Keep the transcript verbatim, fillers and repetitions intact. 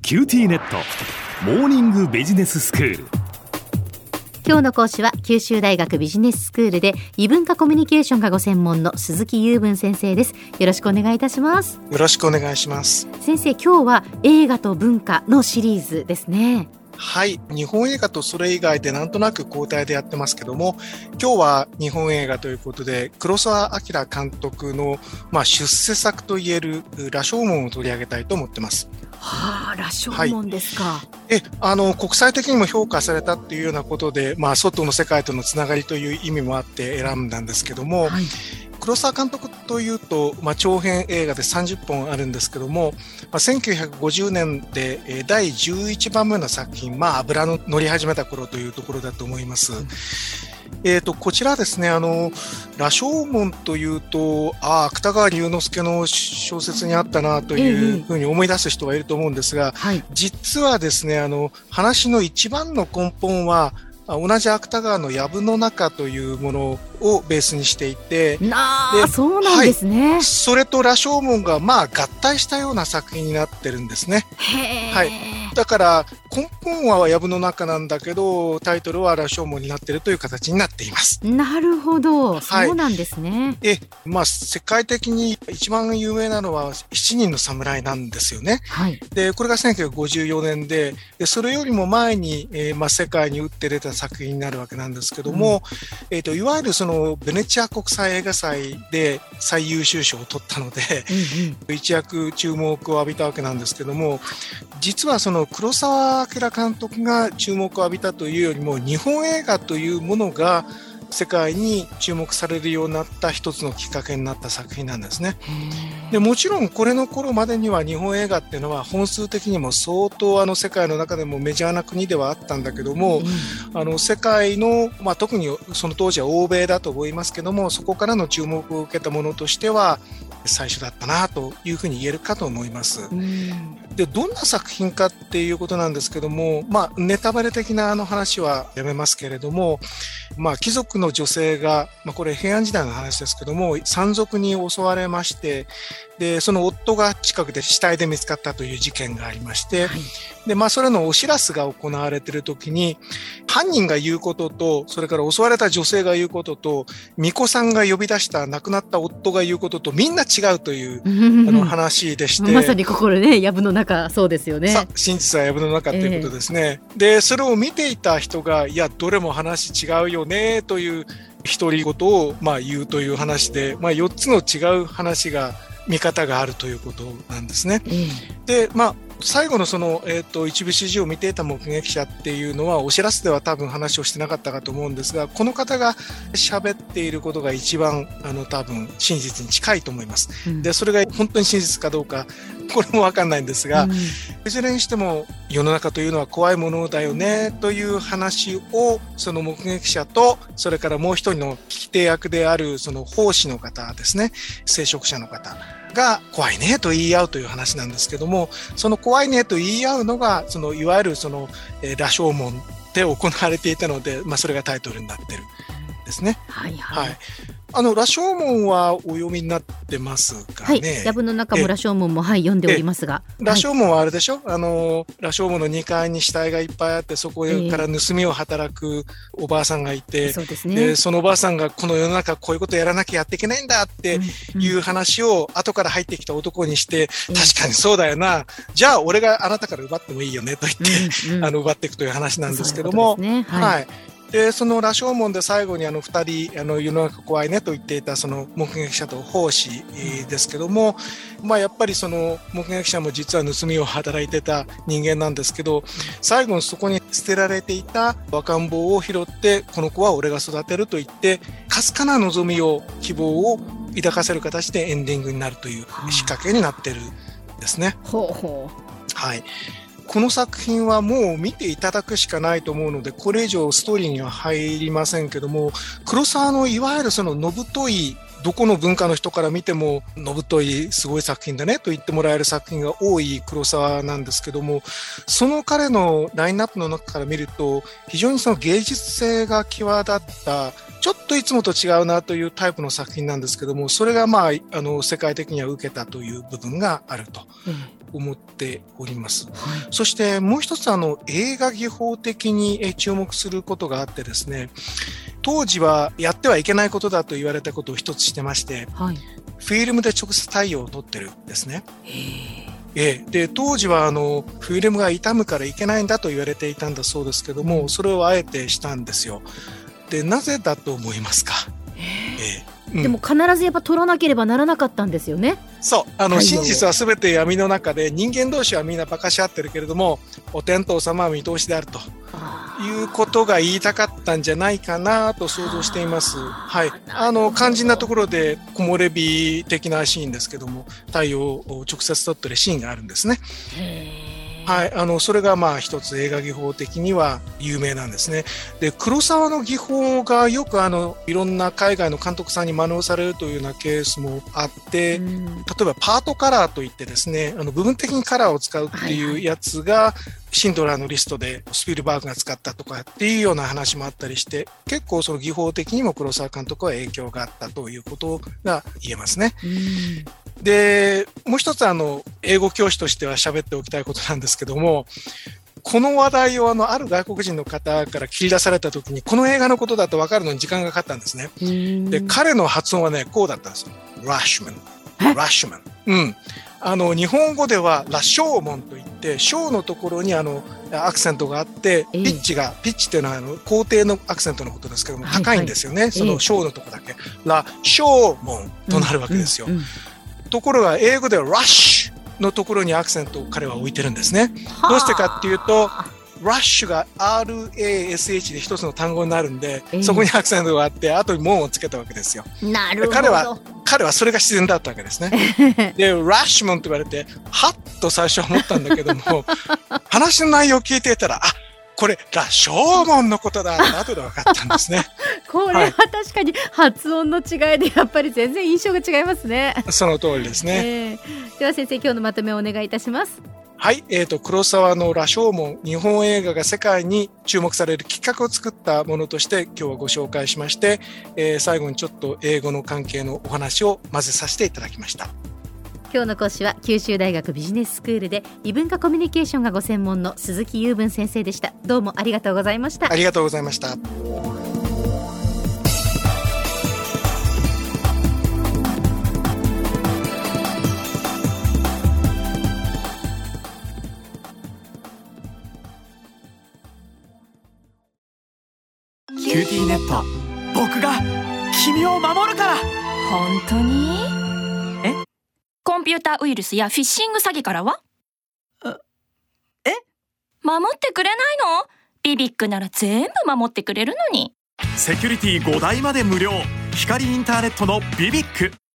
キューティーネットモーニングビジネススクール。 今日の講師は九州大学ビジネススクールで異文化コミュニケーションがご専門の鈴木雄文先生です。よろしくお願いいたします。 よろしくお願いします。 先生、今日は映画と文化のシリーズですね。 はい、日本映画とそれ以外でなんとなく交代でやってますけども、今日は日本映画ということで黒澤明監督の、まあ、出世作といえる羅生門を取り上げたいと思ってます。 はあ、羅生門ですか。 はい、えあの国際的にも評価されたっていうようなことで、まあ、外の世界とのつながりという意味もあって選んだんですけども、はい、黒澤監督というと、まあ、長編映画でさんじゅっぽんあるんですけども、まあ、せんきゅうひゃくごじゅうねんで、えー、だいじゅういちばんめの作品、まあ、油の乗り始めた頃というところだと思います。うん、えーと、こちらですね、あの羅生門というと、ああ芥川龍之介の小説にあったなというふうに思い出す人はいると思うんですが、はい、実はですね、あの話の一番の根本は同じ芥川の藪の中というものをベースにしていて、 あでそうなんですね、 はい、それと羅生門がまあ合体したような作品になってるんですね。 へー、 はい、だから根本は藪の中なんだけどタイトルは羅生門になっているという形になっています。 なるほど、そうなんですね。 はい、えまあ、世界的に一番有名なのはしちにんの侍なんですよね。はい、でこれがせんきゅうひゃくごじゅうよねん で, でそれよりも前に、えーまあ、世界に打って出た作品になるわけなんですけども、うんえー、といわゆるそのベネチア国際映画祭で最優秀賞を取ったので、うんうん、一躍注目を浴びたわけなんですけども、実はその黒澤明監督が注目を浴びたというよりも日本映画というものが世界に注目されるようになった一つのきっかけになった作品なんですね。でもちろんこれの頃までには日本映画っていうのは本数的にも相当あの世界の中でもメジャーな国ではあったんだけども、うん、あの世界の、まあ、特にその当時は欧米だと思いますけども、そこからの注目を受けたものとしては最初だったなというふうに言えるかと思います。うん、でどんな作品かっていうことなんですけども、まあ、ネタバレ的なあの話はやめますけれども、まあ、貴族の女性が、まあ、これ平安時代の話ですけども山賊に襲われまして、でその夫が近くで死体で見つかったという事件がありまして、はい、でまあ、それのお知らせが行われている時に犯人が言うこととそれから襲われた女性が言うことと巫女さんが呼び出した亡くなった夫が言うこととみんな違うというあの話でしてまさに心ね、藪の中、そうですよね。 さ真実は藪の中ということですね。えー、でそれを見ていた人がいやどれも話違うよねという独り言をまあ言うという話で、まあ、よっつの違う話が見方があるということなんですね。うん、でまあ最後のその、えーと、一部始終を見ていた目撃者っていうのはお知らせでは多分話をしてなかったかと思うんですが、この方が喋っていることが一番あの多分真実に近いと思います。うん、でそれが本当に真実かどうかこれも分かんないんですが、うん、いずれにしても世の中というのは怖いものだよねという話をその目撃者とそれからもう一人の聞き手役であるその奉仕の方ですね、聖職者の方が怖いねと言い合うという話なんですけども、その怖いねと言い合うのがそのいわゆるその、えー、羅生門で行われていたので、まあ、それがタイトルになってるんですね。はいはい、はい、あの羅生門はお読みになってますかね。 はい、藪の中も羅生門も、はい、読んでおりますが、 羅生門はあれでしょ、あの羅生門のにかいに死体がいっぱいあってそこから盗みを働くおばあさんがいて、えー そうですね、でそのおばあさんがこの世の中こういうことやらなきゃやっていけないんだっていう話を後から入ってきた男にして、うんうん、確かにそうだよな、じゃあ俺があなたから奪ってもいいよねと言って、うんうん、あの奪っていくという話なんですけども、そういうことですね。はい、はい、でその羅生門で最後にあのふたりあの世の中怖いねと言っていたその目撃者と奉仕ですけども、まあ、やっぱりその目撃者も実は盗みを働いてた人間なんですけど、最後にそこに捨てられていた赤ん坊を拾ってこの子は俺が育てると言ってかすかな望みを希望を抱かせる形でエンディングになるという仕掛けになってるんですね。ほうほう、はい、この作品はもう見ていただくしかないと思うのでこれ以上ストーリーには入りませんけども、黒澤のいわゆるそののぶといどこの文化の人から見てものぶといすごい作品だねと言ってもらえる作品が多い黒澤なんですけども、その彼のラインナップの中から見ると非常にその芸術性が際立ったちょっといつもと違うなというタイプの作品なんですけども、それがまああの世界的には受けたという部分があると。うん思っております。 はい、 そしてもう一つあの映画技法的に注目することがあってですね、当時はやってはいけないことだと言われたことを一つしてまして、 はい、 フィルムで直接太陽を撮ってるんですね。 へー。 ええ、で当時はあのフィルムが傷むからいけないんだと言われていたんだそうですけども、それをあえてしたんですよ。でなぜだと思いますか？ えええ、 でも必ずやっぱ撮らなければならなかったんですよね。 そうあの真実は全て闇の中で、人間同士はみんな馬鹿し合ってるけれども、お天道様は見通しであるということが言いたかったんじゃないかなと想像しています。はい、あの肝心なところで木漏れ日的なシーンですけども、太陽を直接撮ってるシーンがあるんですね。はい、あのそれがまあ一つ映画技法的には有名なんですね。で黒沢の技法がよくあのいろんな海外の監督さんに真似をされるというようなケースもあって、例えばパートカラーといってですね、あの部分的にカラーを使うっていうやつが、はいはい、シンドラーのリストでスピルバーグが使ったとかっていうような話もあったりして、結構その技法的にも黒沢監督は影響があったということが言えますね。でもう一つあの英語教師としては喋っておきたいことなんですけども、この話題をあのある外国人の方から切り出された時に、この映画のことだと分かるのに時間がかかったんですね。で彼の発音はねこうだったんですよ。ラッシュマンラッシュマン、うん、あの日本語ではラショーモンといって、ショーのところにあのアクセントがあって、ピッチが、ピッチっていうのはあの高低のアクセントのことですけども、高いんですよね、はいはい、そのショーのところだけ、ラショーモンとなるわけですよ。うんうんうん、ところが英語ではラッシュのところにアクセントを彼は置いてるんですね。どうしてかっていうと、ラッシュが アールエーエスエイチ で一つの単語になるんで、えー、そこにアクセントがあって後に門をつけたわけですよ。 なるほど。 彼は彼はそれが自然だったわけですね。でラッシュモンと言われてはっと最初は思ったんだけども話の内容を聞いていたら、あ、これラショーモンのことだって後で分かったんですね。 これは確かに発音の違いでやっぱり全然印象が違いますね。 その通りですね。 えー、では先生、今日のまとめをお願いいたします。 はい、えーと、黒沢の羅生門、日本映画が世界に注目されるきっかけを作ったものとして今日はご紹介しまして、えー、最後にちょっと英語の関係のお話を混ぜさせていただきました。 今日の講師は九州大学ビジネススクールで異文化コミュニケーションがご専門の鈴木雄文先生でした。どうもありがとうございました。 ありがとうございました。 キューティーネット、僕が君を守るから。 本当に？え？コンピューターウイルスやフィッシング詐欺からは？ え？ 守ってくれないの？ビビックなら全部守ってくれるのに。 セキュリティごだいまで無料。光インターネットのビビック。